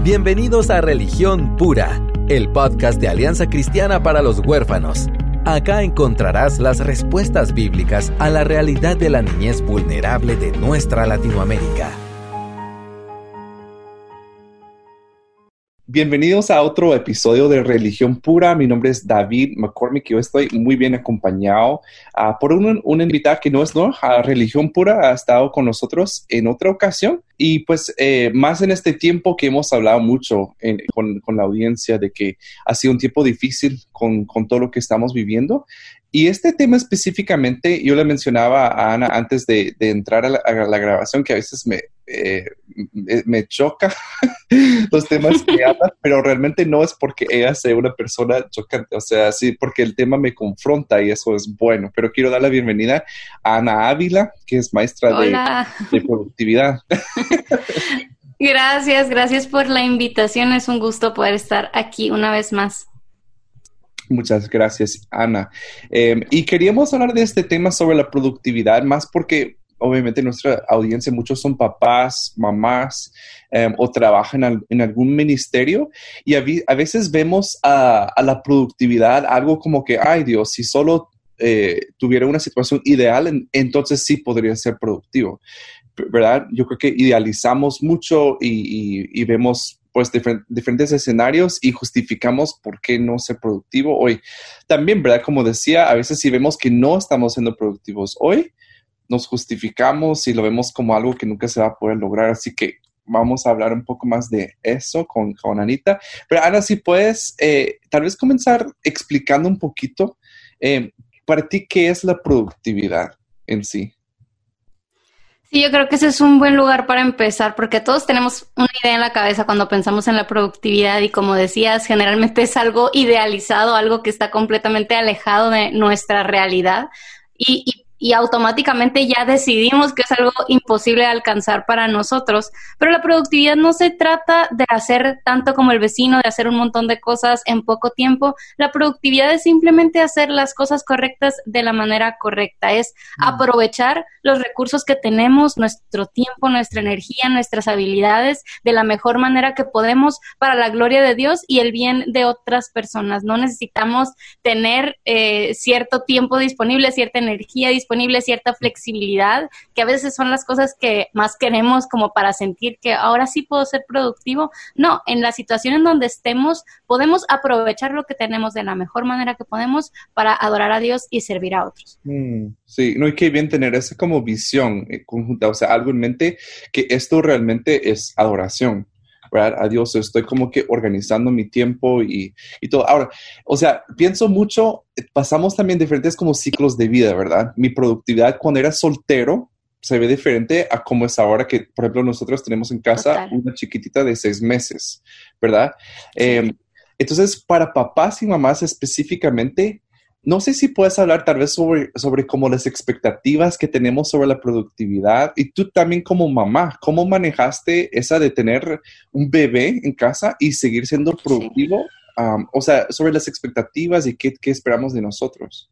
Bienvenidos a Religión Pura, el podcast de Alianza Cristiana para los Huérfanos. Acá encontrarás las respuestas bíblicas a la realidad de la niñez vulnerable de nuestra Latinoamérica. Bienvenidos a otro episodio de Religión Pura. Mi nombre es David McCormick y yo estoy muy bien acompañado por una invitada que no es nueva. Religión Pura ha estado con nosotros en otra ocasión y pues más en este tiempo que hemos hablado mucho con la audiencia de que ha sido un tiempo difícil con todo lo que estamos viviendo. Y este tema específicamente, yo le mencionaba a Ana antes de entrar a la grabación que a veces me choca los temas que hablan, pero realmente no es porque ella sea una persona chocante, o sea, sí, porque el tema me confronta y eso es bueno. Pero quiero dar la bienvenida a Ana Ávila, que es maestra de productividad. Gracias por la invitación. Es un gusto poder estar aquí una vez más. Muchas gracias, Ana. Y queríamos hablar de este tema sobre la productividad, más porque obviamente nuestra audiencia, muchos son papás, mamás, o trabajan en algún ministerio y a veces vemos a la productividad algo como que, ay Dios, si solo tuviera una situación ideal, entonces sí podría ser productivo, ¿verdad? Yo creo que idealizamos mucho y vemos pues diferentes escenarios y justificamos por qué no ser productivo hoy. También, ¿verdad? Como decía, a veces si vemos que no estamos siendo productivos hoy, nos justificamos y lo vemos como algo que nunca se va a poder lograr. Así que vamos a hablar un poco más de eso con Anita. Pero Ana, si puedes tal vez comenzar explicando un poquito para ti qué es la productividad en sí. Sí, yo creo que ese es un buen lugar para empezar porque todos tenemos una idea en la cabeza cuando pensamos en la productividad y como decías, generalmente es algo idealizado, algo que está completamente alejado de nuestra realidad y automáticamente ya decidimos que es algo imposible de alcanzar para nosotros. Pero la productividad no se trata de hacer tanto como el vecino, de hacer un montón de cosas en poco tiempo. La productividad es simplemente hacer las cosas correctas de la manera correcta. Es aprovechar los recursos que tenemos, nuestro tiempo, nuestra energía, nuestras habilidades de la mejor manera que podemos para la gloria de Dios y el bien de otras personas. No necesitamos tener cierto tiempo disponible, cierta energía disponible, cierta flexibilidad, que a veces son las cosas que más queremos como para sentir que ahora sí puedo ser productivo. No, en la situación en donde estemos, podemos aprovechar lo que tenemos de la mejor manera que podemos para adorar a Dios y servir a otros. Sí, no, y qué bien tener esa como visión conjunta, o sea, algo en mente que esto realmente es adoración, ¿verdad? A Dios, estoy como que organizando mi tiempo y todo. Ahora, o sea, pienso mucho, pasamos también diferentes como ciclos de vida, ¿verdad? Mi productividad cuando era soltero se ve diferente a como es ahora que, por ejemplo, nosotros tenemos en casa una chiquitita de 6 meses, ¿verdad? Sí. Entonces, para papás y mamás específicamente, no sé si puedes hablar tal vez sobre como las expectativas que tenemos sobre la productividad y tú también como mamá, ¿cómo manejaste esa de tener un bebé en casa y seguir siendo productivo? Sí. O sea, sobre las expectativas y qué esperamos de nosotros.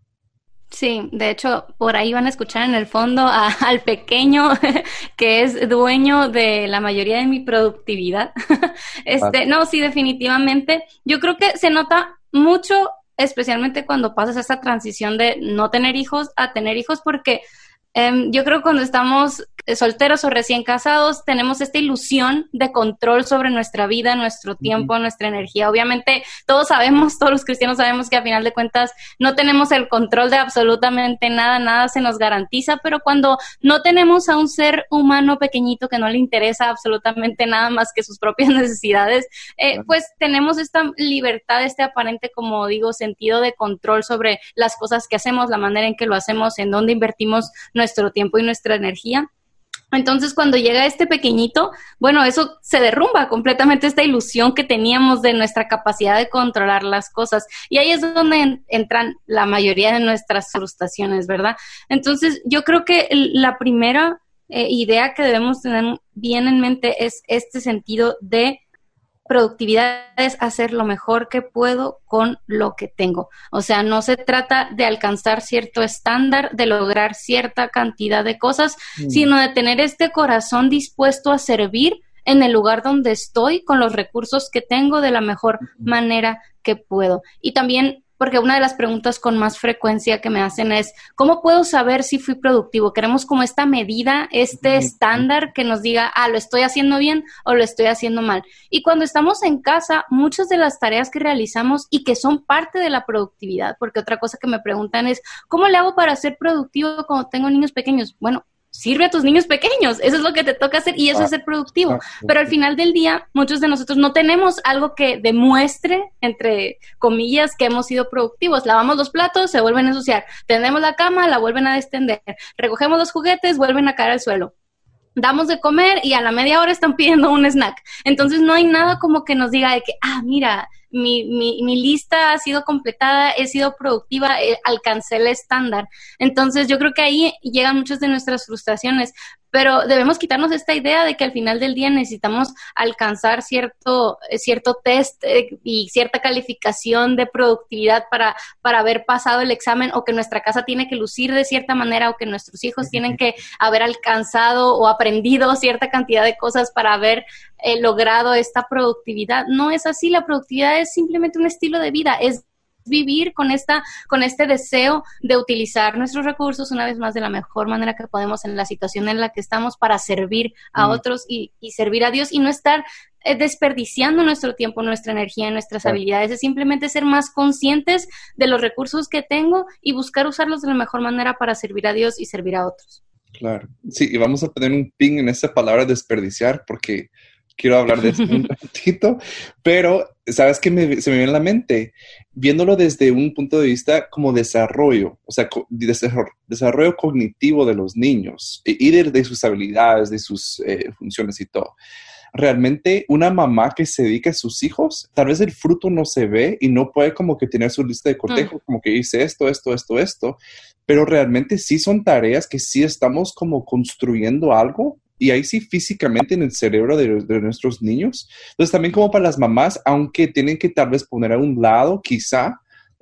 Sí, de hecho, por ahí van a escuchar en el fondo al pequeño que es dueño de la mayoría de mi productividad. No, sí, definitivamente. Yo creo que se nota mucho, especialmente cuando pasas esa transición de no tener hijos a tener hijos, porque yo creo que cuando estamos solteros o recién casados tenemos esta ilusión de control sobre nuestra vida, nuestro tiempo, nuestra energía. Obviamente todos los cristianos sabemos que a final de cuentas no tenemos el control de absolutamente nada se nos garantiza, pero cuando no tenemos a un ser humano pequeñito que no le interesa absolutamente nada más que sus propias necesidades, pues tenemos esta libertad, este aparente, como digo, sentido de control sobre las cosas que hacemos, la manera en que lo hacemos, en dónde invertimos nuestro tiempo y nuestra energía. Entonces, cuando llega este pequeñito, bueno, eso se derrumba completamente, esta ilusión que teníamos de nuestra capacidad de controlar las cosas. Y ahí es donde entran la mayoría de nuestras frustraciones, ¿verdad? Entonces, yo creo que la primera idea que debemos tener bien en mente es este sentido de productividad es hacer lo mejor que puedo con lo que tengo. O sea, no se trata de alcanzar cierto estándar, de lograr cierta cantidad de cosas, sino de tener este corazón dispuesto a servir en el lugar donde estoy, con los recursos que tengo, de la mejor manera que puedo. Y también, porque una de las preguntas con más frecuencia que me hacen es, ¿cómo puedo saber si fui productivo? Queremos como esta medida, este estándar que nos diga, lo estoy haciendo bien o lo estoy haciendo mal. Y cuando estamos en casa, muchas de las tareas que realizamos y que son parte de la productividad, porque otra cosa que me preguntan es, ¿cómo le hago para ser productivo cuando tengo niños pequeños? Bueno, sirve a tus niños pequeños, eso es lo que te toca hacer y eso es ser productivo. Pero al final del día, muchos de nosotros no tenemos algo que demuestre, entre comillas, que hemos sido productivos. Lavamos los platos, se vuelven a ensuciar. Tendemos la cama, la vuelven a destender. Recogemos los juguetes, vuelven a caer al suelo. Damos de comer y a la media hora están pidiendo un snack. Entonces no hay nada como que nos diga de que, mira, mi lista ha sido completada, he sido productiva, alcancé el estándar. Entonces yo creo que ahí llegan muchas de nuestras frustraciones, pero debemos quitarnos esta idea de que al final del día necesitamos alcanzar cierto test y cierta calificación de productividad para haber pasado el examen, o que nuestra casa tiene que lucir de cierta manera, o que nuestros hijos tienen que haber alcanzado o aprendido cierta cantidad de cosas para haber logrado esta productividad. No es así, la productividad es simplemente un estilo de vida, es vivir con este deseo de utilizar nuestros recursos una vez más de la mejor manera que podemos en la situación en la que estamos para servir a otros y servir a Dios, y no estar desperdiciando nuestro tiempo, nuestra energía, nuestras habilidades. Es simplemente ser más conscientes de los recursos que tengo y buscar usarlos de la mejor manera para servir a Dios y servir a otros. Claro, sí, y vamos a poner un pin en esa palabra desperdiciar, porque quiero hablar de esto un ratito, pero ¿sabes qué se me viene a la mente? Viéndolo desde un punto de vista como desarrollo, o sea, desarrollo cognitivo de los niños y de sus habilidades, de sus funciones y todo. Realmente una mamá que se dedica a sus hijos, tal vez el fruto no se ve y no puede como que tener su lista de cortejo, como que hice esto, pero realmente sí son tareas que sí estamos como construyendo algo. Y ahí sí físicamente en el cerebro de nuestros niños. Entonces también como para las mamás, aunque tienen que tal vez poner a un lado quizá,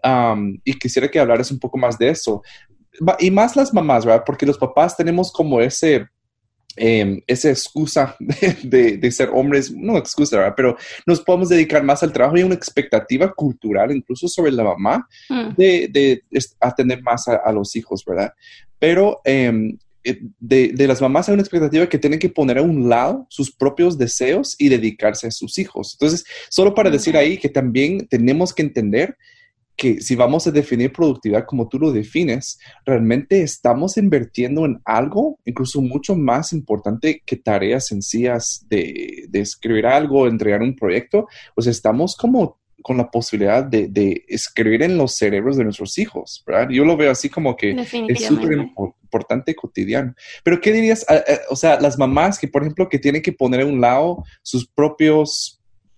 y quisiera que hablaras un poco más de eso. Y más las mamás, ¿verdad? Porque los papás tenemos como esa excusa de ser hombres, no excusa, ¿verdad? Pero nos podemos dedicar más al trabajo y una expectativa cultural incluso sobre la mamá de atender más a los hijos, ¿verdad? Pero de las mamás hay una expectativa que tienen que poner a un lado sus propios deseos y dedicarse a sus hijos. Entonces, solo para decir ahí que también tenemos que entender que si vamos a definir productividad como tú lo defines, realmente estamos invirtiendo en algo incluso mucho más importante que tareas sencillas de escribir algo, entregar un proyecto. Pues estamos como con la posibilidad de escribir en los cerebros de nuestros hijos, ¿verdad? Yo lo veo así como que es súper importante cotidiano. Pero ¿qué dirías? O sea, las mamás que, por ejemplo, que tienen que poner a un lado sus propios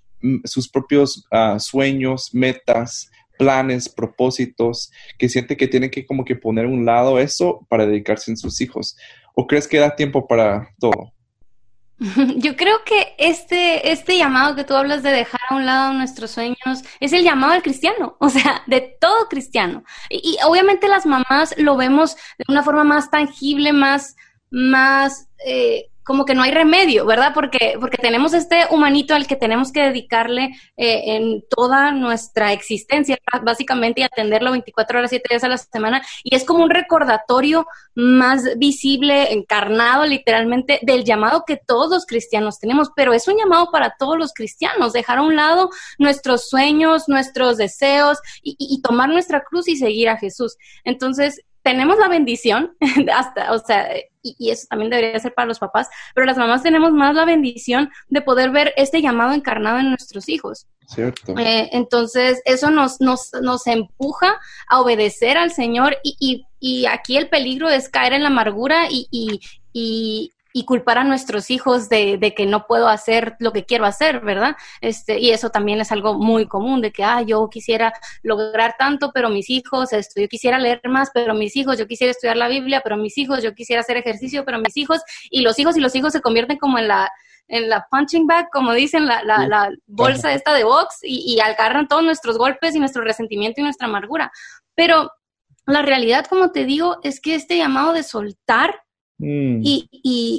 sueños, metas, planes, propósitos, que sienten que tienen que como que poner a un lado eso para dedicarse a sus hijos. ¿O crees que da tiempo para todo? Yo creo que este llamado que tú hablas de dejar a un lado nuestros sueños es el llamado del cristiano, o sea, de todo cristiano. Y obviamente las mamás lo vemos de una forma más tangible, más como que no hay remedio, ¿verdad? Porque tenemos este humanito al que tenemos que dedicarle en toda nuestra existencia, básicamente, y atenderlo 24 horas, 7 días a la semana. Y es como un recordatorio más visible, encarnado literalmente, del llamado que todos los cristianos tenemos. Pero es un llamado para todos los cristianos, dejar a un lado nuestros sueños, nuestros deseos y tomar nuestra cruz y seguir a Jesús. Entonces, tenemos la bendición, y eso también debería ser para los papás, pero las mamás tenemos más la bendición de poder ver este llamado encarnado en nuestros hijos. Cierto. Entonces, eso nos empuja a obedecer al Señor, y aquí el peligro es caer en la amargura y culpar a nuestros hijos de que no puedo hacer lo que quiero hacer, ¿verdad? Y eso también es algo muy común, de que, yo quisiera lograr tanto, pero mis hijos, yo quisiera leer más, pero mis hijos, yo quisiera estudiar la Biblia, pero mis hijos, yo quisiera hacer ejercicio, pero mis hijos, y los hijos se convierten como en la punching bag, como dicen, la bolsa esta de box, y agarran todos nuestros golpes y nuestro resentimiento y nuestra amargura. Pero la realidad, como te digo, es que este llamado de soltar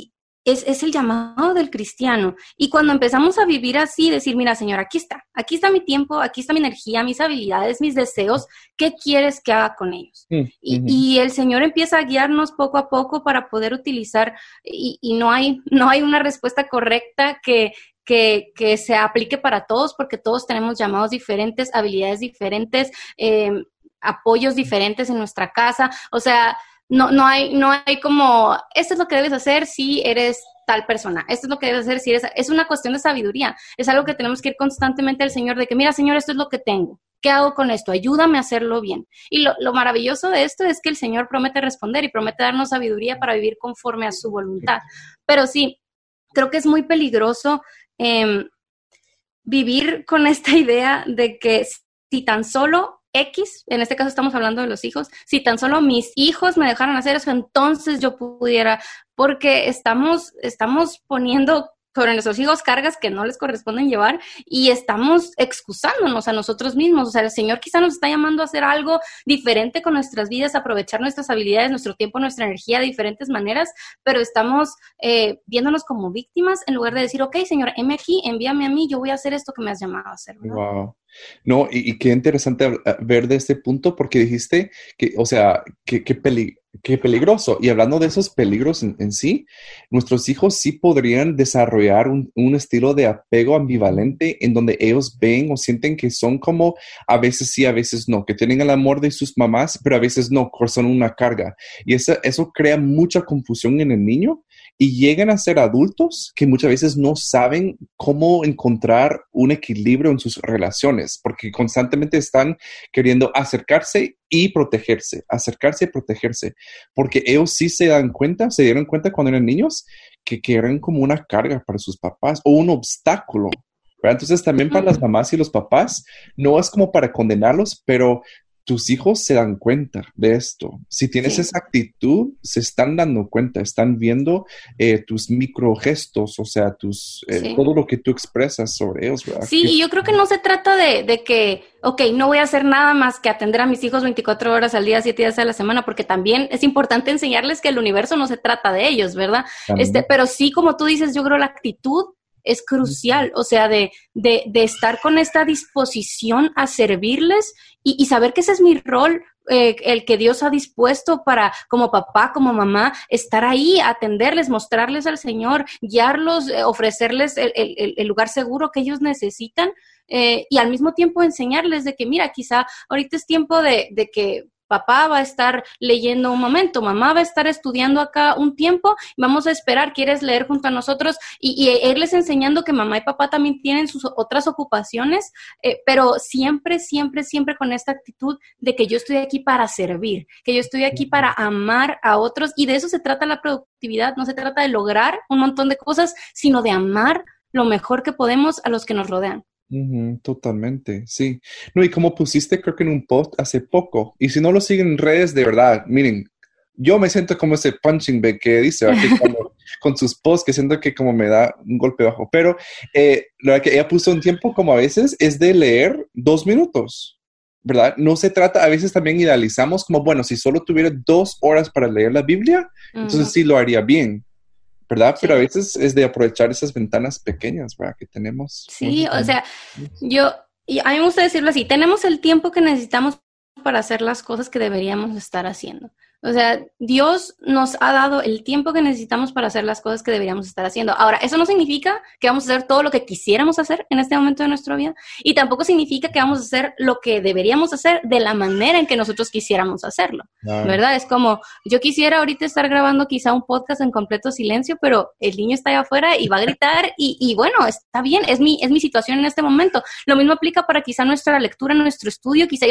es el llamado del cristiano. Y cuando empezamos a vivir así, decir, mira, Señor, aquí está mi tiempo, aquí está mi energía, mis habilidades, mis deseos, ¿qué quieres que haga con ellos? Y el Señor empieza a guiarnos poco a poco para poder utilizar, y no hay una respuesta correcta que se aplique para todos, porque todos tenemos llamados diferentes, habilidades diferentes, apoyos diferentes en nuestra casa. O sea, no hay como, esto es lo que debes hacer si eres tal persona, esto es lo que debes hacer si eres, es una cuestión de sabiduría, es algo que tenemos que ir constantemente al Señor, de que mira, Señor, esto es lo que tengo, ¿qué hago con esto? Ayúdame a hacerlo bien. Y lo maravilloso de esto es que el Señor promete responder y promete darnos sabiduría para vivir conforme a su voluntad. Pero sí, creo que es muy peligroso vivir con esta idea de que si tan solo X, en este caso estamos hablando de los hijos, si tan solo mis hijos me dejaran hacer eso, entonces yo pudiera, porque estamos poniendo sobre nuestros hijos cargas que no les corresponden llevar y estamos excusándonos a nosotros mismos. O sea, el Señor quizá nos está llamando a hacer algo diferente con nuestras vidas, aprovechar nuestras habilidades, nuestro tiempo, nuestra energía de diferentes maneras, pero estamos viéndonos como víctimas en lugar de decir, ok, Señor, heme aquí, envíame a mí, yo voy a hacer esto que me has llamado a hacer, ¿verdad? Wow. No, y qué interesante ver de este punto, porque dijiste que, o sea, qué peligroso. Y hablando de esos peligros en sí, nuestros hijos sí podrían desarrollar un estilo de apego ambivalente en donde ellos ven o sienten que son como, a veces sí, a veces no, que tienen el amor de sus mamás, pero a veces no, son una carga. Y eso crea mucha confusión en el niño. Y llegan a ser adultos que muchas veces no saben cómo encontrar un equilibrio en sus relaciones, porque constantemente están queriendo acercarse y protegerse, porque ellos sí se dieron cuenta cuando eran niños que eran como una carga para sus papás o un obstáculo, ¿verdad? Entonces también para las mamás y los papás no es como para condenarlos, pero tus hijos se dan cuenta de esto. Si tienes esa actitud, se están dando cuenta, están viendo tus microgestos, o sea, todo lo que tú expresas sobre ellos, ¿verdad? Sí, y yo creo que no se trata de que, ok, no voy a hacer nada más que atender a mis hijos 24 horas al día, 7 días a la semana, porque también es importante enseñarles que el universo no se trata de ellos, ¿verdad? Pero sí, como tú dices, yo creo la actitud es crucial, o sea, de estar con esta disposición a servirles y saber que ese es mi rol, el que Dios ha dispuesto para, como papá, como mamá, estar ahí, atenderles, mostrarles al Señor, guiarlos, ofrecerles el lugar seguro que ellos necesitan, y al mismo tiempo enseñarles de que, mira, quizá ahorita es tiempo de que papá va a estar leyendo un momento, mamá va a estar estudiando acá un tiempo, vamos a esperar, ¿quieres leer junto a nosotros? Y irles enseñando que mamá y papá también tienen sus otras ocupaciones, pero siempre, siempre, siempre con esta actitud de que yo estoy aquí para servir, que yo estoy aquí para amar a otros, y de eso se trata la productividad, no se trata de lograr un montón de cosas, sino de amar lo mejor que podemos a los que nos rodean. Totalmente, sí. No, y como pusiste, creo que en un post hace poco, y si no lo siguen en redes, de verdad, miren, yo me siento como ese punching bag que dice, con sus posts, que siento que como me da un golpe bajo, pero lo que ella puso un tiempo como a veces es de leer 2 minutos, ¿verdad? No se trata, a veces también idealizamos como, bueno, si solo tuviera 2 horas para leer la Biblia, entonces sí lo haría bien, ¿verdad? Sí. Pero a veces es de aprovechar esas ventanas pequeñas, ¿verdad? Que tenemos. Sí, o sea, a mí me gusta decirlo así, tenemos el tiempo que necesitamos para hacer las cosas que deberíamos estar haciendo. O sea, Dios nos ha dado el tiempo que necesitamos para hacer las cosas que deberíamos estar haciendo. Ahora, eso no significa que vamos a hacer todo lo que quisiéramos hacer en este momento de nuestra vida, y tampoco significa que vamos a hacer lo que deberíamos hacer de la manera en que nosotros quisiéramos hacerlo, ¿verdad? Es como, yo quisiera ahorita estar grabando quizá un podcast en completo silencio, pero el niño está allá afuera y va a gritar y bueno, está bien, es mi situación en este momento. Lo mismo aplica para quizá nuestra lectura, nuestro estudio. Quizá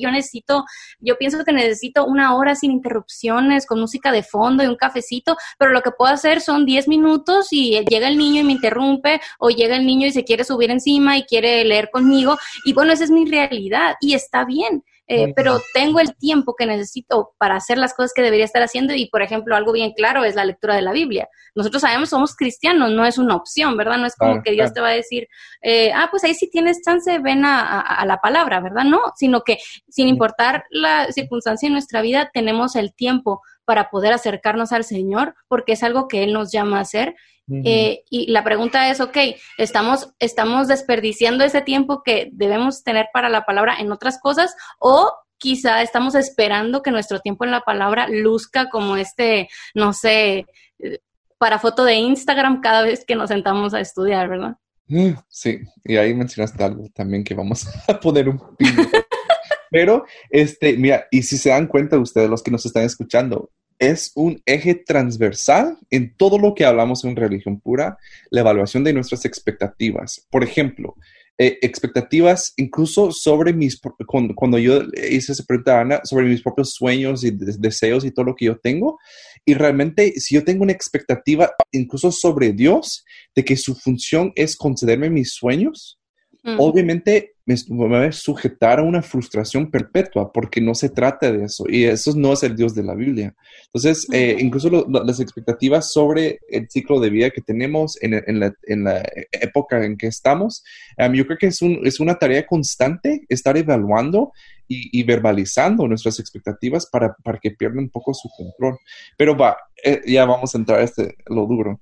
yo pienso que necesito 1 hora sin interrupción, con música de fondo y un cafecito, pero lo que puedo hacer son 10 minutos y llega el niño y me interrumpe, o llega el niño y se quiere subir encima y quiere leer conmigo, y bueno, esa es mi realidad y está bien. Pero tengo el tiempo que necesito para hacer las cosas que debería estar haciendo, y por ejemplo, algo bien claro es la lectura de la Biblia. Nosotros sabemos, somos cristianos, no es una opción, ¿verdad? No es como que Dios te va a decir, pues ahí sí tienes chance, ven a la palabra, ¿verdad? No, sino que sin importar la circunstancia en nuestra vida, tenemos el tiempo para poder acercarnos al Señor, porque es algo que Él nos llama a hacer. Y la pregunta es, ¿estamos desperdiciando ese tiempo que debemos tener para la palabra en otras cosas? ¿O quizá estamos esperando que nuestro tiempo en la palabra luzca como no sé, para foto de Instagram cada vez que nos sentamos a estudiar, ¿verdad? Sí, y ahí mencionaste algo también que vamos a poner un pin. Pero, mira, y si se dan cuenta ustedes, los que nos están escuchando, es un eje transversal en todo lo que hablamos en Religión Pura, la evaluación de nuestras expectativas. Por ejemplo, expectativas incluso sobre cuando yo hice esa pregunta a Ana, sobre mis propios sueños y deseos y todo lo que yo tengo. Y realmente, si yo tengo una expectativa incluso sobre Dios, de que su función es concederme mis sueños, obviamente me va a sujetar a una frustración perpetua, porque no se trata de eso, y eso no es el Dios de la Biblia. Entonces, incluso las expectativas sobre el ciclo de vida que tenemos en la época en que estamos, yo creo que es una tarea constante estar evaluando y verbalizando nuestras expectativas para que pierdan un poco su control. Pero ya vamos a entrar a lo duro.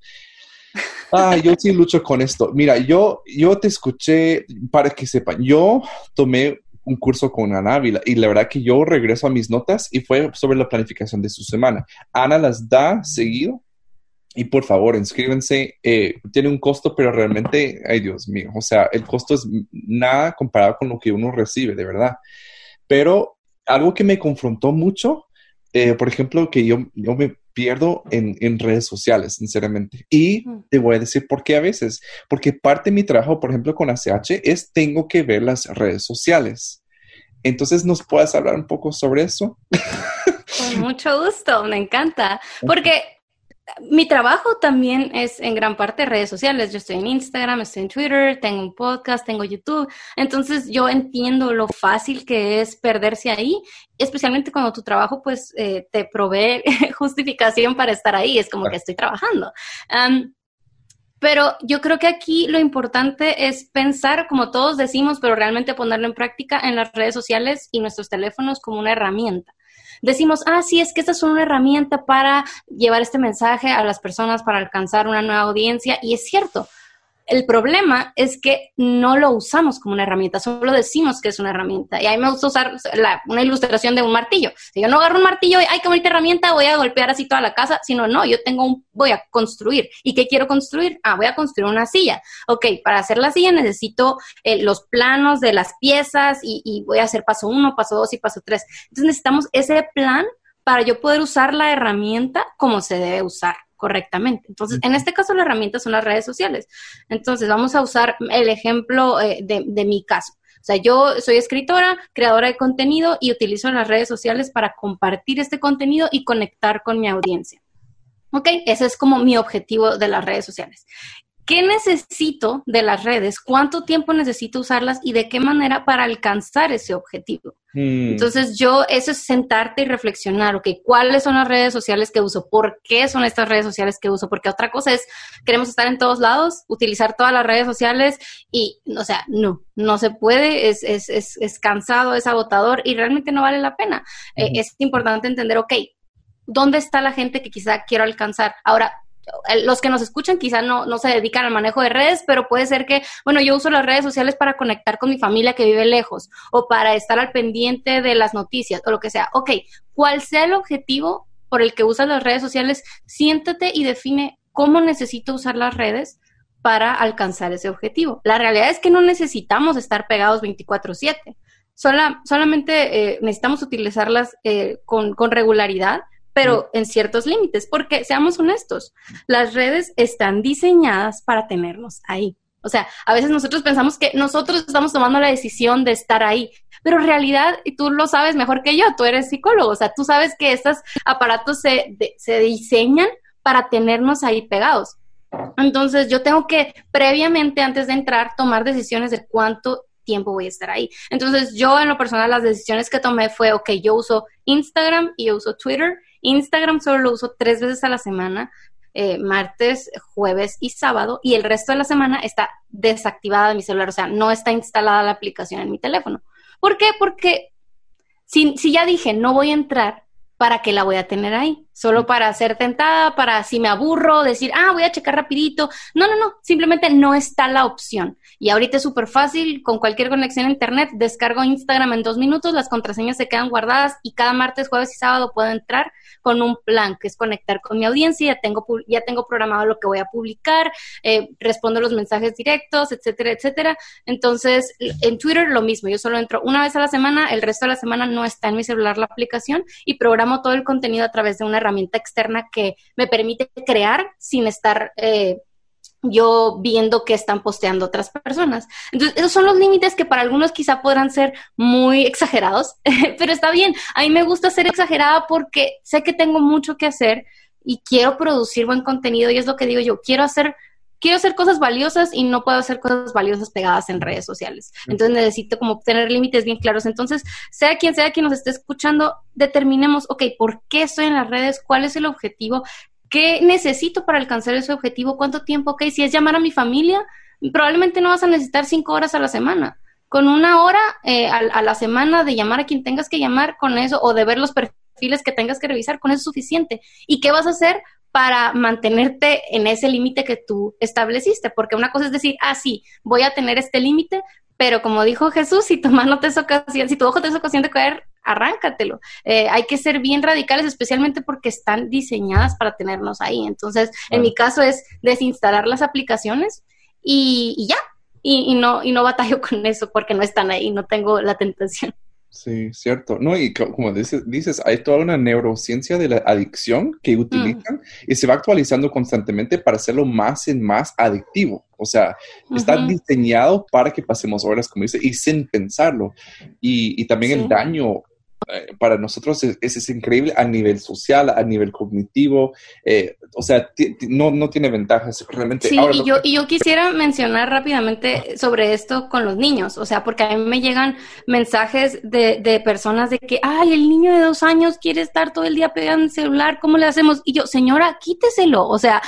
Yo sí lucho con esto. Mira, yo te escuché, para que sepan, yo tomé un curso con Ana Ávila y la verdad que yo regreso a mis notas y fue sobre la planificación de su semana. Ana las da seguido y por favor, inscríbanse. Tiene un costo, pero realmente, ay Dios mío, o sea, el costo es nada comparado con lo que uno recibe, de verdad. Pero algo que me confrontó mucho, por ejemplo, que yo me pierdo en redes sociales, sinceramente. Y te voy a decir por qué a veces. Porque parte de mi trabajo, por ejemplo, con ACH, tengo que ver las redes sociales. Entonces, ¿nos puedes hablar un poco sobre eso? Con mucho gusto, me encanta. Porque mi trabajo también es en gran parte redes sociales. Yo estoy en Instagram, estoy en Twitter, tengo un podcast, tengo YouTube. Entonces yo entiendo lo fácil que es perderse ahí, especialmente cuando tu trabajo pues te provee justificación para estar ahí. Es como que estoy trabajando. Pero yo creo que aquí lo importante es pensar, como todos decimos, pero realmente ponerlo en práctica en las redes sociales y nuestros teléfonos como una herramienta. Decimos, sí, es que esta es una herramienta para llevar este mensaje a las personas, para alcanzar una nueva audiencia, y es cierto. El problema es que no lo usamos como una herramienta, solo decimos que es una herramienta. Y a mí me gusta usar una ilustración de un martillo. Si yo no agarro un martillo y, qué bonita herramienta, voy a golpear así toda la casa, sino no, voy a construir. ¿Y qué quiero construir? Voy a construir una silla. Ok, para hacer la silla necesito los planos de las piezas y voy a hacer paso 1, paso 2 y paso 3. Entonces necesitamos ese plan para yo poder usar la herramienta como se debe usar correctamente. Entonces, en este caso, la herramienta son las redes sociales. Entonces, vamos a usar el ejemplo de mi caso. O sea, yo soy escritora, creadora de contenido y utilizo las redes sociales para compartir este contenido y conectar con mi audiencia. ¿Ok? Ese es como mi objetivo de las redes sociales. ¿Qué necesito de las redes? ¿Cuánto tiempo necesito usarlas? ¿Y de qué manera para alcanzar ese objetivo? Entonces, eso es sentarte y reflexionar, ok, ¿cuáles son las redes sociales que uso? ¿Por qué son estas redes sociales que uso? Porque otra cosa es, queremos estar en todos lados, utilizar todas las redes sociales y, o sea, no se puede, es cansado, es agotador y realmente no vale la pena. Es importante entender, ok, ¿dónde está la gente que quizá quiero alcanzar? Ahora, los que nos escuchan quizá no se dedican al manejo de redes, pero puede ser que, yo uso las redes sociales para conectar con mi familia que vive lejos o para estar al pendiente de las noticias o lo que sea. Ok, cual sea el objetivo por el que usas las redes sociales, siéntate y define cómo necesito usar las redes para alcanzar ese objetivo. La realidad es que no necesitamos estar pegados 24/7. Solamente necesitamos utilizarlas con regularidad, pero en ciertos límites, porque seamos honestos, las redes están diseñadas para tenernos ahí. O sea, a veces nosotros pensamos que nosotros estamos tomando la decisión de estar ahí, pero en realidad, y tú lo sabes mejor que yo, tú eres psicólogo, o sea, tú sabes que estos aparatos se diseñan para tenernos ahí pegados. Entonces, yo tengo que previamente, antes de entrar, tomar decisiones de cuánto tiempo voy a estar ahí. Entonces, yo en lo personal, las decisiones que tomé fue, ok, yo uso Instagram y yo uso Twitter. Instagram solo lo uso 3 veces a la semana, martes, jueves y sábado, y el resto de la semana está desactivada de mi celular, o sea, no está instalada la aplicación en mi teléfono. ¿Por qué? Porque si ya dije no voy a entrar, ¿para qué la voy a tener ahí? solo para ser tentada, para si me aburro, decir, voy a checar rapidito. No, simplemente no está la opción. Y ahorita es súper fácil, con cualquier conexión a internet, descargo Instagram en 2 minutos, las contraseñas se quedan guardadas y cada martes, jueves y sábado puedo entrar con un plan, que es conectar con mi audiencia, ya tengo programado lo que voy a publicar, respondo los mensajes directos, etcétera, etcétera. Entonces, en Twitter lo mismo, yo solo entro una vez a la semana, el resto de la semana no está en mi celular la aplicación y programo todo el contenido a través de una herramienta externa que me permite crear sin estar yo viendo que están posteando otras personas. Entonces, esos son los límites que para algunos quizá podrán ser muy exagerados, pero está bien. A mí me gusta ser exagerada porque sé que tengo mucho que hacer y quiero producir buen contenido y es lo que digo yo, quiero hacer cosas valiosas y no puedo hacer cosas valiosas pegadas en redes sociales. Entonces necesito como tener límites bien claros. Entonces, sea quien nos esté escuchando, determinemos, ¿por qué estoy en las redes? ¿Cuál es el objetivo? ¿Qué necesito para alcanzar ese objetivo? ¿Cuánto tiempo? Si es llamar a mi familia, probablemente no vas a necesitar 5 horas a la semana. Con 1 hora a la semana de llamar a quien tengas que llamar con eso, o de ver los perfiles que tengas que revisar, con eso es suficiente. ¿Y qué vas a hacer para mantenerte en ese límite que tú estableciste? Porque una cosa es decir, sí, voy a tener este límite, pero como dijo Jesús, si tu ojo te es ocasión de caer, arráncatelo. Hay que ser bien radicales, especialmente porque están diseñadas para tenernos ahí. Entonces, en mi caso es desinstalar las aplicaciones y ya. Y no batallo con eso porque no están ahí, no tengo la tentación. Sí, cierto. No, y como dices, hay toda una neurociencia de la adicción que utilizan y se va actualizando constantemente para hacerlo más y más adictivo. O sea, está diseñado para que pasemos horas, como dice, y sin pensarlo. Y también el daño para nosotros es increíble a nivel social, a nivel cognitivo. O sea, no tiene ventajas realmente. Sí, ahora, y yo quisiera mencionar rápidamente sobre esto con los niños. O sea, porque a mí me llegan mensajes de personas de que, el niño de 2 años quiere estar todo el día pegado en el celular, ¿cómo le hacemos? Y yo, señora, quíteselo. O sea,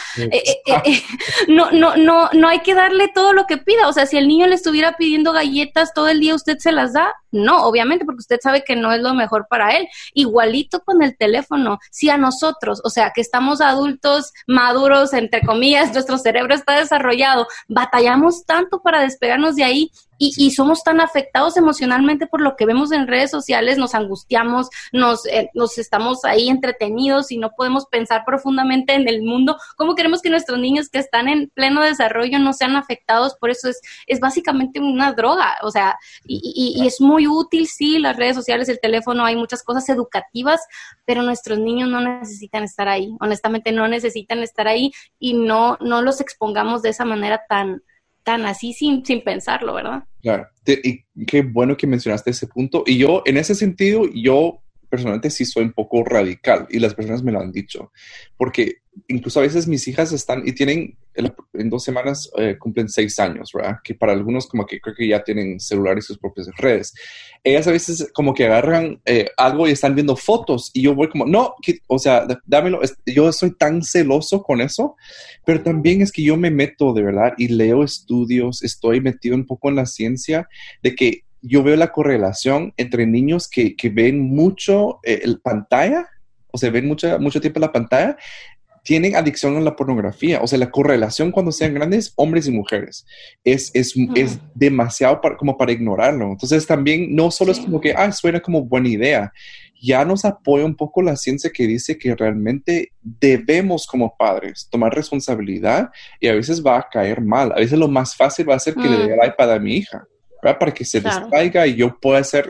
no hay que darle todo lo que pida. O sea, si el niño le estuviera pidiendo galletas todo el día, ¿usted se las da? No, obviamente, porque usted sabe que no es lo mejor para él. Igualito con el teléfono. Si a nosotros, o sea, que estamos adultos, maduros, entre comillas, nuestro cerebro está desarrollado, batallamos tanto para despegarnos de ahí y somos tan afectados emocionalmente por lo que vemos en redes sociales, nos angustiamos, nos estamos ahí entretenidos y no podemos pensar profundamente en el mundo. ¿Cómo queremos que nuestros niños que están en pleno desarrollo no sean afectados? Por eso es básicamente una droga, o sea, y es muy útil, sí, las redes sociales, el teléfono, hay muchas cosas educativas, pero nuestros niños no necesitan estar ahí, honestamente no necesitan estar ahí y no los expongamos de esa manera tan así sin pensarlo, ¿verdad? Claro, y qué bueno que mencionaste ese punto. Y yo, en ese sentido, personalmente sí soy un poco radical y las personas me lo han dicho, porque incluso a veces mis hijas están y tienen, en 2 semanas cumplen 6 años, ¿verdad? Que para algunos como que creo que ya tienen celular y sus propias redes. Ellas a veces como que agarran algo y están viendo fotos y yo voy como, no, o sea, dámelo. Yo soy tan celoso con eso, pero también es que yo me meto de verdad y leo estudios, estoy metido un poco en la ciencia de que yo veo la correlación entre niños que ven mucho pantalla, o sea, ven mucho tiempo en la pantalla, tienen adicción a la pornografía. O sea, la correlación cuando sean grandes, hombres y mujeres, es demasiado como para ignorarlo. Entonces también no solo es como que, suena como buena idea. Ya nos apoya un poco la ciencia que dice que realmente debemos como padres tomar responsabilidad y a veces va a caer mal. A veces lo más fácil va a ser que le dé el iPad a mi hija, ¿verdad? Para que se distraiga y yo pueda ser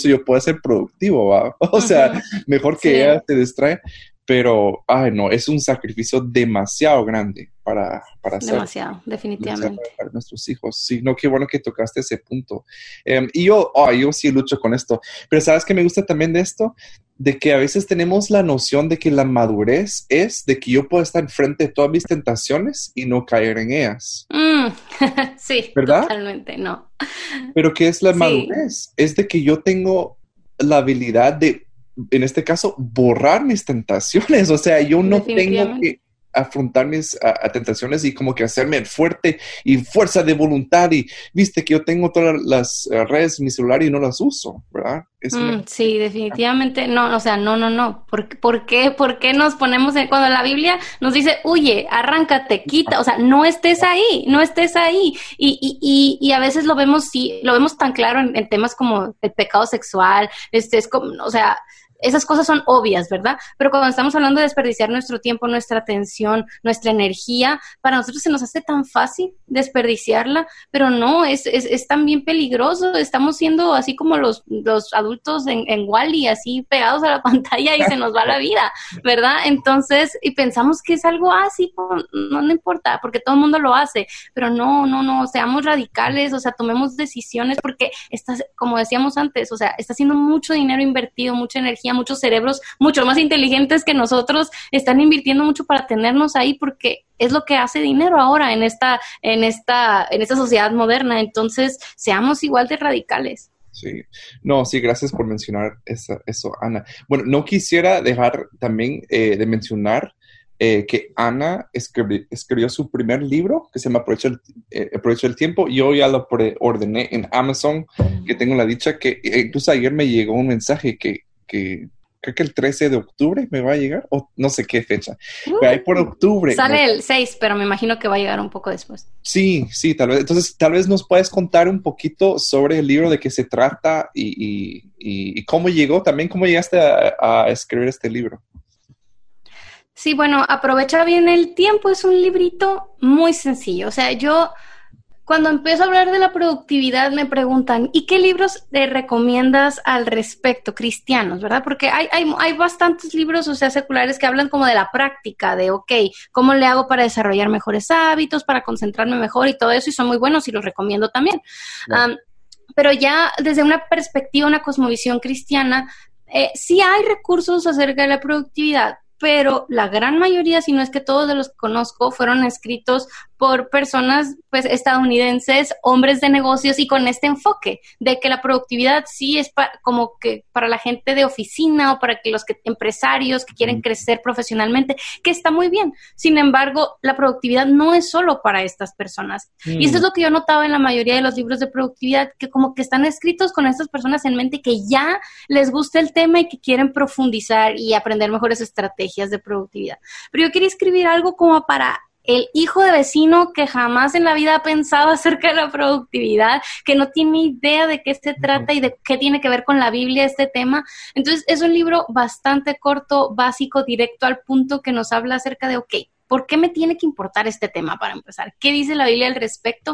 productivo, ¿verdad? O sea, mejor que ella se distrae. Pero, no, es un sacrificio demasiado grande para hacer. Demasiado, definitivamente. Para nuestros hijos. Sí, no, qué bueno que tocaste ese punto. Y yo sí lucho con esto. Pero ¿sabes qué me gusta también de esto? De que a veces tenemos la noción de que la madurez es de que yo puedo estar enfrente de todas mis tentaciones y no caer en ellas. Sí, ¿verdad? Totalmente, no. Pero ¿qué es la madurez? Es de que yo tengo la habilidad de, en este caso, borrar mis tentaciones. O sea, yo no tengo que afrontar mis tentaciones y como que hacerme fuerte y fuerza de voluntad. Y viste que yo tengo todas las redes en mi celular y no las uso, ¿verdad? Sí, definitivamente no, o sea, no. ¿Por qué nos ponemos cuando la Biblia nos dice, huye, arráncate, quita? O sea, no estés ahí. Y a veces lo vemos tan claro en temas como el pecado sexual, es como, o sea, esas cosas son obvias, ¿verdad? Pero cuando estamos hablando de desperdiciar nuestro tiempo, nuestra atención, nuestra energía, para nosotros se nos hace tan fácil desperdiciarla, pero no, es también peligroso. Estamos siendo así como los adultos en Wall-E, así pegados a la pantalla y se nos va la vida, ¿verdad? Entonces, y pensamos que es algo así, no importa, porque todo el mundo lo hace, pero no, seamos radicales, o sea, tomemos decisiones porque como decíamos antes, o sea, está siendo mucho dinero invertido, mucha energía, muchos cerebros mucho más inteligentes que nosotros están invirtiendo mucho para tenernos ahí porque es lo que hace dinero ahora en esta sociedad moderna. Entonces, seamos igual de radicales. Sí, no, sí, gracias por mencionar eso, Ana. Bueno, no quisiera dejar también de mencionar que Ana escribió su primer libro que se llama Aprovecha el Tiempo. Yo ya lo preordené en Amazon, que tengo la dicha que incluso ayer me llegó un mensaje que creo que el 13 de octubre me va a llegar, o no sé qué fecha, pero ahí por octubre. Sale el 6, pero me imagino que va a llegar un poco después. Sí, tal vez. Entonces, tal vez nos puedes contar un poquito sobre el libro, de qué se trata y cómo llegaste a escribir este libro. Sí, bueno, Aprovecha bien el tiempo es un librito muy sencillo. O sea, cuando empiezo a hablar de la productividad me preguntan, ¿y qué libros te recomiendas al respecto, cristianos, verdad? Porque hay bastantes libros, o sea, seculares que hablan como de la práctica, de, ¿cómo le hago para desarrollar mejores hábitos, para concentrarme mejor y todo eso? Y son muy buenos y los recomiendo también. Wow. Pero ya desde una perspectiva, una cosmovisión cristiana, sí hay recursos acerca de la productividad, pero la gran mayoría, si no es que todos de los que conozco, fueron escritos por personas pues estadounidenses, hombres de negocios y con este enfoque de que la productividad sí es como que para la gente de oficina o para que los empresarios que quieren crecer profesionalmente, que está muy bien. Sin embargo, la productividad no es solo para estas personas. Y eso es lo que yo notaba en la mayoría de los libros de productividad, que como que están escritos con estas personas en mente que ya les gusta el tema y que quieren profundizar y aprender mejores estrategias de productividad. Pero yo quería escribir algo como para el hijo de vecino que jamás en la vida ha pensado acerca de la productividad, que no tiene idea de qué se trata y de qué tiene que ver con la Biblia este tema. Entonces, es un libro bastante corto, básico, directo al punto, que nos habla acerca de, ¿por qué me tiene que importar este tema para empezar? ¿Qué dice la Biblia al respecto?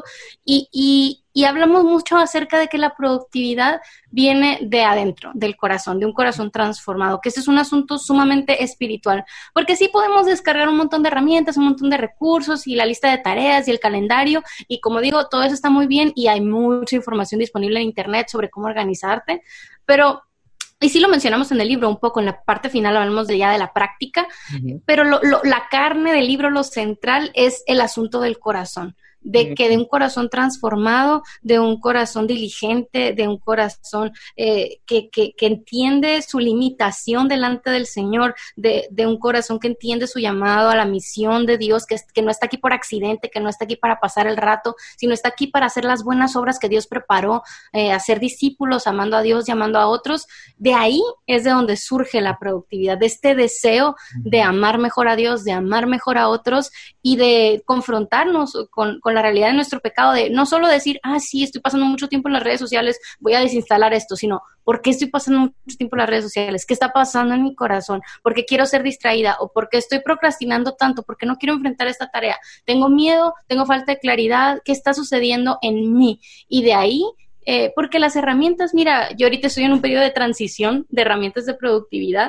Y hablamos mucho acerca de que la productividad viene de adentro, del corazón, de un corazón transformado, que ese es un asunto sumamente espiritual, porque sí podemos descargar un montón de herramientas, un montón de recursos y la lista de tareas y el calendario, y como digo, todo eso está muy bien y hay mucha información disponible en internet sobre cómo organizarte, pero... Y sí lo mencionamos en el libro un poco, en la parte final hablamos de la práctica, pero la carne del libro, lo central, es el asunto del corazón, de que de un corazón transformado, de un corazón diligente, de un corazón que entiende su limitación delante del Señor, de un corazón que entiende su llamado a la misión de Dios, que no está aquí por accidente, que no está aquí para pasar el rato, sino está aquí para hacer las buenas obras que Dios preparó, hacer discípulos, amando a Dios y amando a otros. De ahí es de donde surge la productividad, de este deseo de amar mejor a Dios, de amar mejor a otros y de confrontarnos con la realidad de nuestro pecado, de no solo decir, sí, estoy pasando mucho tiempo en las redes sociales, voy a desinstalar esto, sino, ¿por qué estoy pasando mucho tiempo en las redes sociales? ¿Qué está pasando en mi corazón? ¿Por qué quiero ser distraída? ¿O por qué estoy procrastinando tanto? ¿Por qué no quiero enfrentar esta tarea? ¿Tengo miedo? ¿Tengo falta de claridad? ¿Qué está sucediendo en mí? Y de ahí... porque las herramientas, mira, yo ahorita estoy en un periodo de transición de herramientas de productividad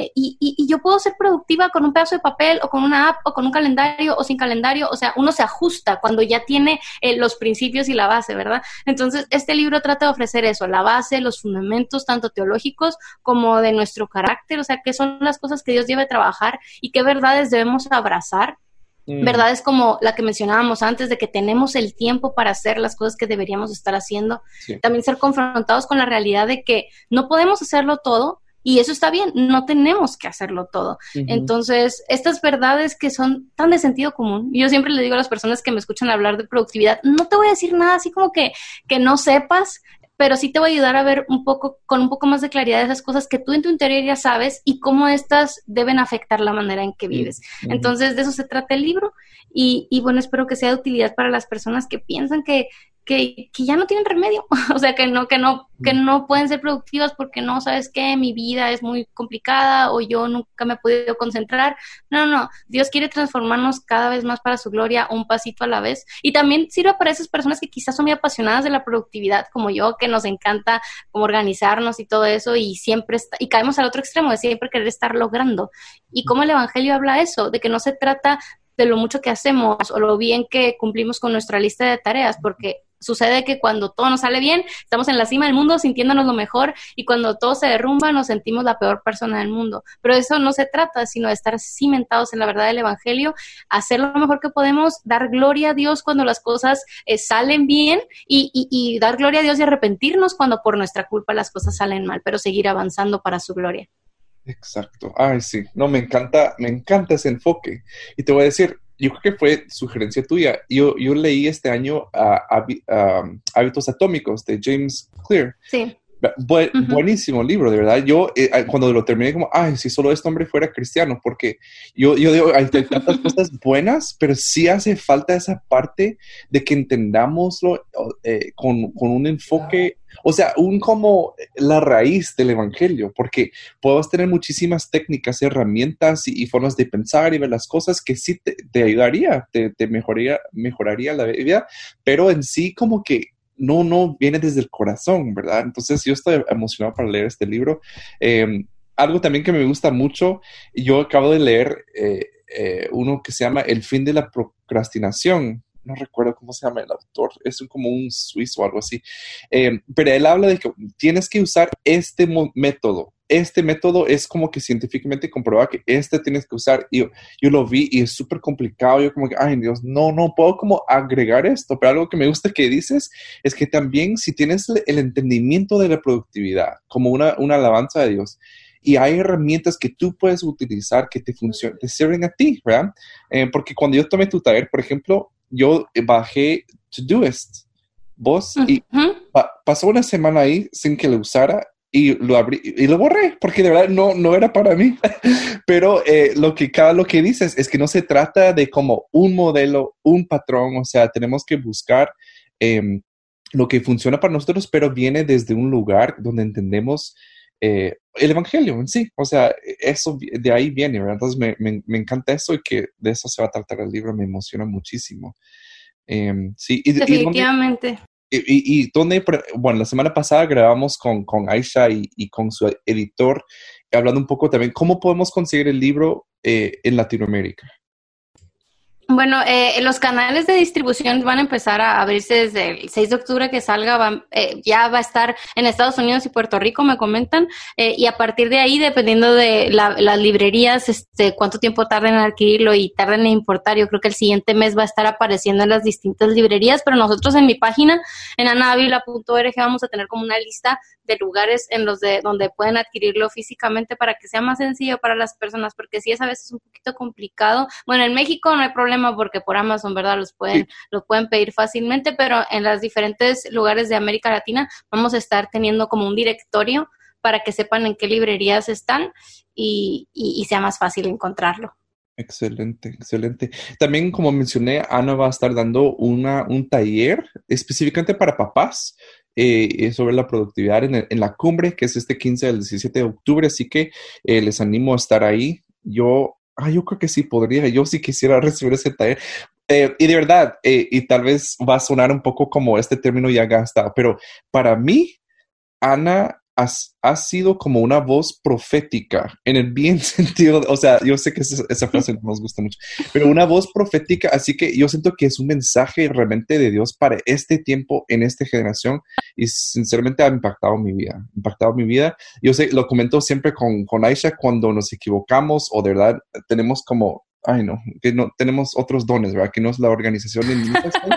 y yo puedo ser productiva con un pedazo de papel o con una app o con un calendario o sin calendario, o sea, uno se ajusta cuando ya tiene los principios y la base, ¿verdad? Entonces, este libro trata de ofrecer eso, la base, los fundamentos, tanto teológicos como de nuestro carácter, o sea, qué son las cosas que Dios debe trabajar y qué verdades debemos abrazar. Verdades como la que mencionábamos antes, de que tenemos el tiempo para hacer las cosas que deberíamos estar haciendo. Sí. También ser confrontados con la realidad de que no podemos hacerlo todo, Y eso está bien, no tenemos que hacerlo todo. Uh-huh. Entonces, estas verdades que son tan de sentido común, yo siempre le digo a las personas que me escuchan hablar de productividad, no te voy a decir nada así como que no sepas, pero sí te voy a ayudar a ver con un poco más de claridad esas cosas que tú en tu interior ya sabes y cómo estas deben afectar la manera en que vives. Uh-huh. Entonces, de eso se trata el libro y bueno, espero que sea de utilidad para las personas que piensan que ya no tienen remedio, o sea, que no pueden ser productivas porque no, ¿sabes qué? Mi vida es muy complicada o yo nunca me he podido concentrar. No, Dios quiere transformarnos cada vez más para su gloria, un pasito a la vez. Y también sirve para esas personas que quizás son muy apasionadas de la productividad, como yo, que nos encanta como organizarnos y todo eso, y siempre y caemos al otro extremo de siempre querer estar logrando. Y como el Evangelio habla eso, de que no se trata de lo mucho que hacemos o lo bien que cumplimos con nuestra lista de tareas, porque sucede que cuando todo nos sale bien, estamos en la cima del mundo sintiéndonos lo mejor, y cuando todo se derrumba nos sentimos la peor persona del mundo. Pero eso no se trata, sino de estar cimentados en la verdad del Evangelio, hacer lo mejor que podemos, dar gloria a Dios cuando las cosas salen bien y dar gloria a Dios y arrepentirnos cuando por nuestra culpa las cosas salen mal, pero seguir avanzando para su gloria. Exacto. Ay, sí. No, me encanta ese enfoque. Y te voy a decir, yo creo que fue sugerencia tuya. Yo leí este año Hábitos Atómicos de James Clear. Sí. Uh-huh. Buenísimo libro, de verdad. Yo cuando lo terminé como, ay, si solo este hombre fuera cristiano, porque yo digo, hay tantas cosas buenas, pero sí hace falta esa parte de que entendámoslo con un enfoque, o sea, como la raíz del evangelio, porque podemos tener muchísimas técnicas, herramientas y formas de pensar y ver las cosas que sí te ayudaría, te mejoraría la vida, pero en sí como que no viene desde el corazón, ¿verdad? Entonces yo estoy emocionado para leer este libro. Algo también que me gusta mucho, yo acabo de leer uno que se llama El fin de la procrastinación. No recuerdo cómo se llama el autor, es como un suizo o algo así. Pero él habla de que tienes que usar este método. Este método es como que científicamente comprobado que tienes que usar. Y yo lo vi y es súper complicado. Yo como que, ay Dios, no puedo como agregar esto. Pero algo que me gusta que dices es que también si tienes el entendimiento de la productividad como una alabanza de Dios, y hay herramientas que tú puedes utilizar que te sirven a ti, ¿verdad? Porque cuando yo tomé tu taller, por ejemplo, yo bajé Todoist, y pasó una semana ahí sin que lo usara. Y lo abrí y lo borré porque de verdad no era para mí. Pero lo que dices es que no se trata de como un modelo, un patrón. O sea, tenemos que buscar lo que funciona para nosotros, pero viene desde un lugar donde entendemos el evangelio en sí. O sea, eso de ahí viene, ¿verdad? Entonces me encanta eso y que de eso se va a tratar el libro. Me emociona muchísimo. Sí, definitivamente. Y donde, bueno, la semana pasada grabamos con Aisha y con su editor, hablando un poco también, ¿cómo podemos conseguir el libro en Latinoamérica? Bueno, los canales de distribución van a empezar a abrirse desde el 6 de octubre que salga, ya va a estar en Estados Unidos y Puerto Rico, me comentan, y a partir de ahí, dependiendo de las librerías, cuánto tiempo tarden en adquirirlo y tarden en importar, yo creo que el siguiente mes va a estar apareciendo en las distintas librerías, pero nosotros en mi página, en anavila.org, vamos a tener como una lista de lugares donde pueden adquirirlo físicamente para que sea más sencillo para las personas, porque sí es a veces un poquito complicado. Bueno, en México no hay problema porque por Amazon, ¿verdad? Los pueden pedir fácilmente, pero en los diferentes lugares de América Latina vamos a estar teniendo como un directorio para que sepan en qué librerías están y sea más fácil encontrarlo. Excelente. También, como mencioné, Ana va a estar dando un taller específicamente para papás sobre la productividad en la cumbre, que es este 15 al 17 de octubre, así que les animo a estar ahí. Yo creo que sí podría, yo sí quisiera recibir ese taller. Y de verdad, y tal vez va a sonar un poco como este término ya gastado, pero para mí, Ana ha sido como una voz profética, en el bien sentido, o sea, yo sé que esa frase no nos gusta mucho, pero una voz profética, así que yo siento que es un mensaje realmente de Dios para este tiempo, en esta generación, y sinceramente ha impactado mi vida. Yo sé, lo comento siempre con Aisha, cuando nos equivocamos o de verdad tenemos como, que no tenemos otros dones, ¿verdad? Que no es la organización de niños,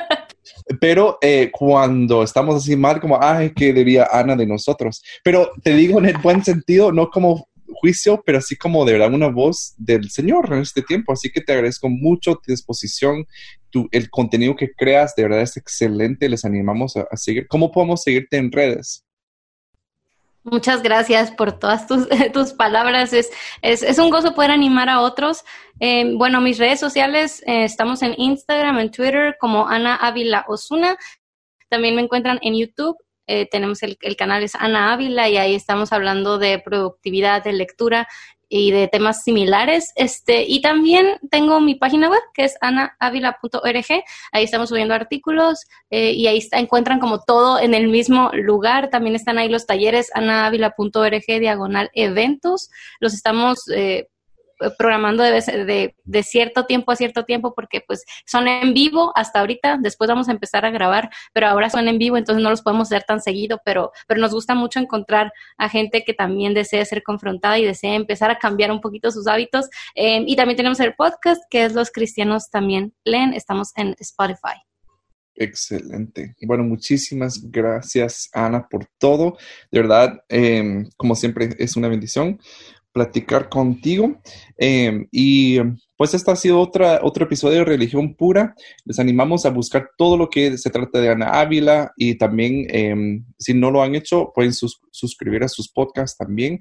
Pero cuando estamos así mal, como, ay, ¿qué diría Ana de nosotros? Pero te digo en el buen sentido, no como juicio, pero así como de verdad una voz del Señor en este tiempo. Así que te agradezco mucho tu disposición, el contenido que creas, de verdad es excelente. Les animamos a seguir. ¿Cómo podemos seguirte en redes? Muchas gracias por todas tus palabras. Es un gozo poder animar a otros. Bueno, mis redes sociales, estamos en Instagram, en Twitter, como Ana Ávila Osuna. También me encuentran en YouTube. Tenemos el canal es Ana Ávila y ahí estamos hablando de productividad, de lectura y de temas similares. Y también tengo mi página web, que es anaavila.org. Ahí estamos subiendo artículos y ahí encuentran como todo en el mismo lugar. También están ahí los talleres, anaavila.org/eventos. Los estamos programando de cierto tiempo a cierto tiempo porque pues son en vivo hasta ahorita, después vamos a empezar a grabar, pero ahora son en vivo, entonces no los podemos hacer tan seguido, pero nos gusta mucho encontrar a gente que también desee ser confrontada y desee empezar a cambiar un poquito sus hábitos. Y también tenemos el podcast que es Los Cristianos También Leen, estamos en Spotify. Excelente. Bueno, muchísimas gracias, Ana, por todo. De verdad, como siempre, es una bendición platicar contigo. Y pues este ha sido otro episodio de Religión Pura. Les animamos a buscar todo lo que se trata de Ana Ávila y también, si no lo han hecho, pueden suscribir a sus podcasts también.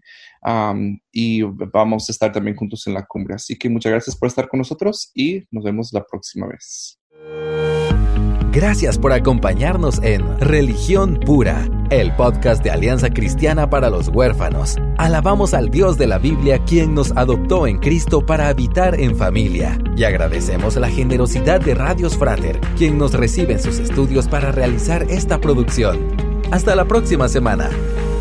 Y vamos a estar también juntos en la cumbre. Así que muchas gracias por estar con nosotros y nos vemos la próxima vez. Gracias por acompañarnos en Religión Pura, el podcast de Alianza Cristiana para los Huérfanos. Alabamos al Dios de la Biblia, quien nos adoptó en Cristo para habitar en familia. Y agradecemos la generosidad de Radios Frater, quien nos recibe en sus estudios para realizar esta producción. Hasta la próxima semana.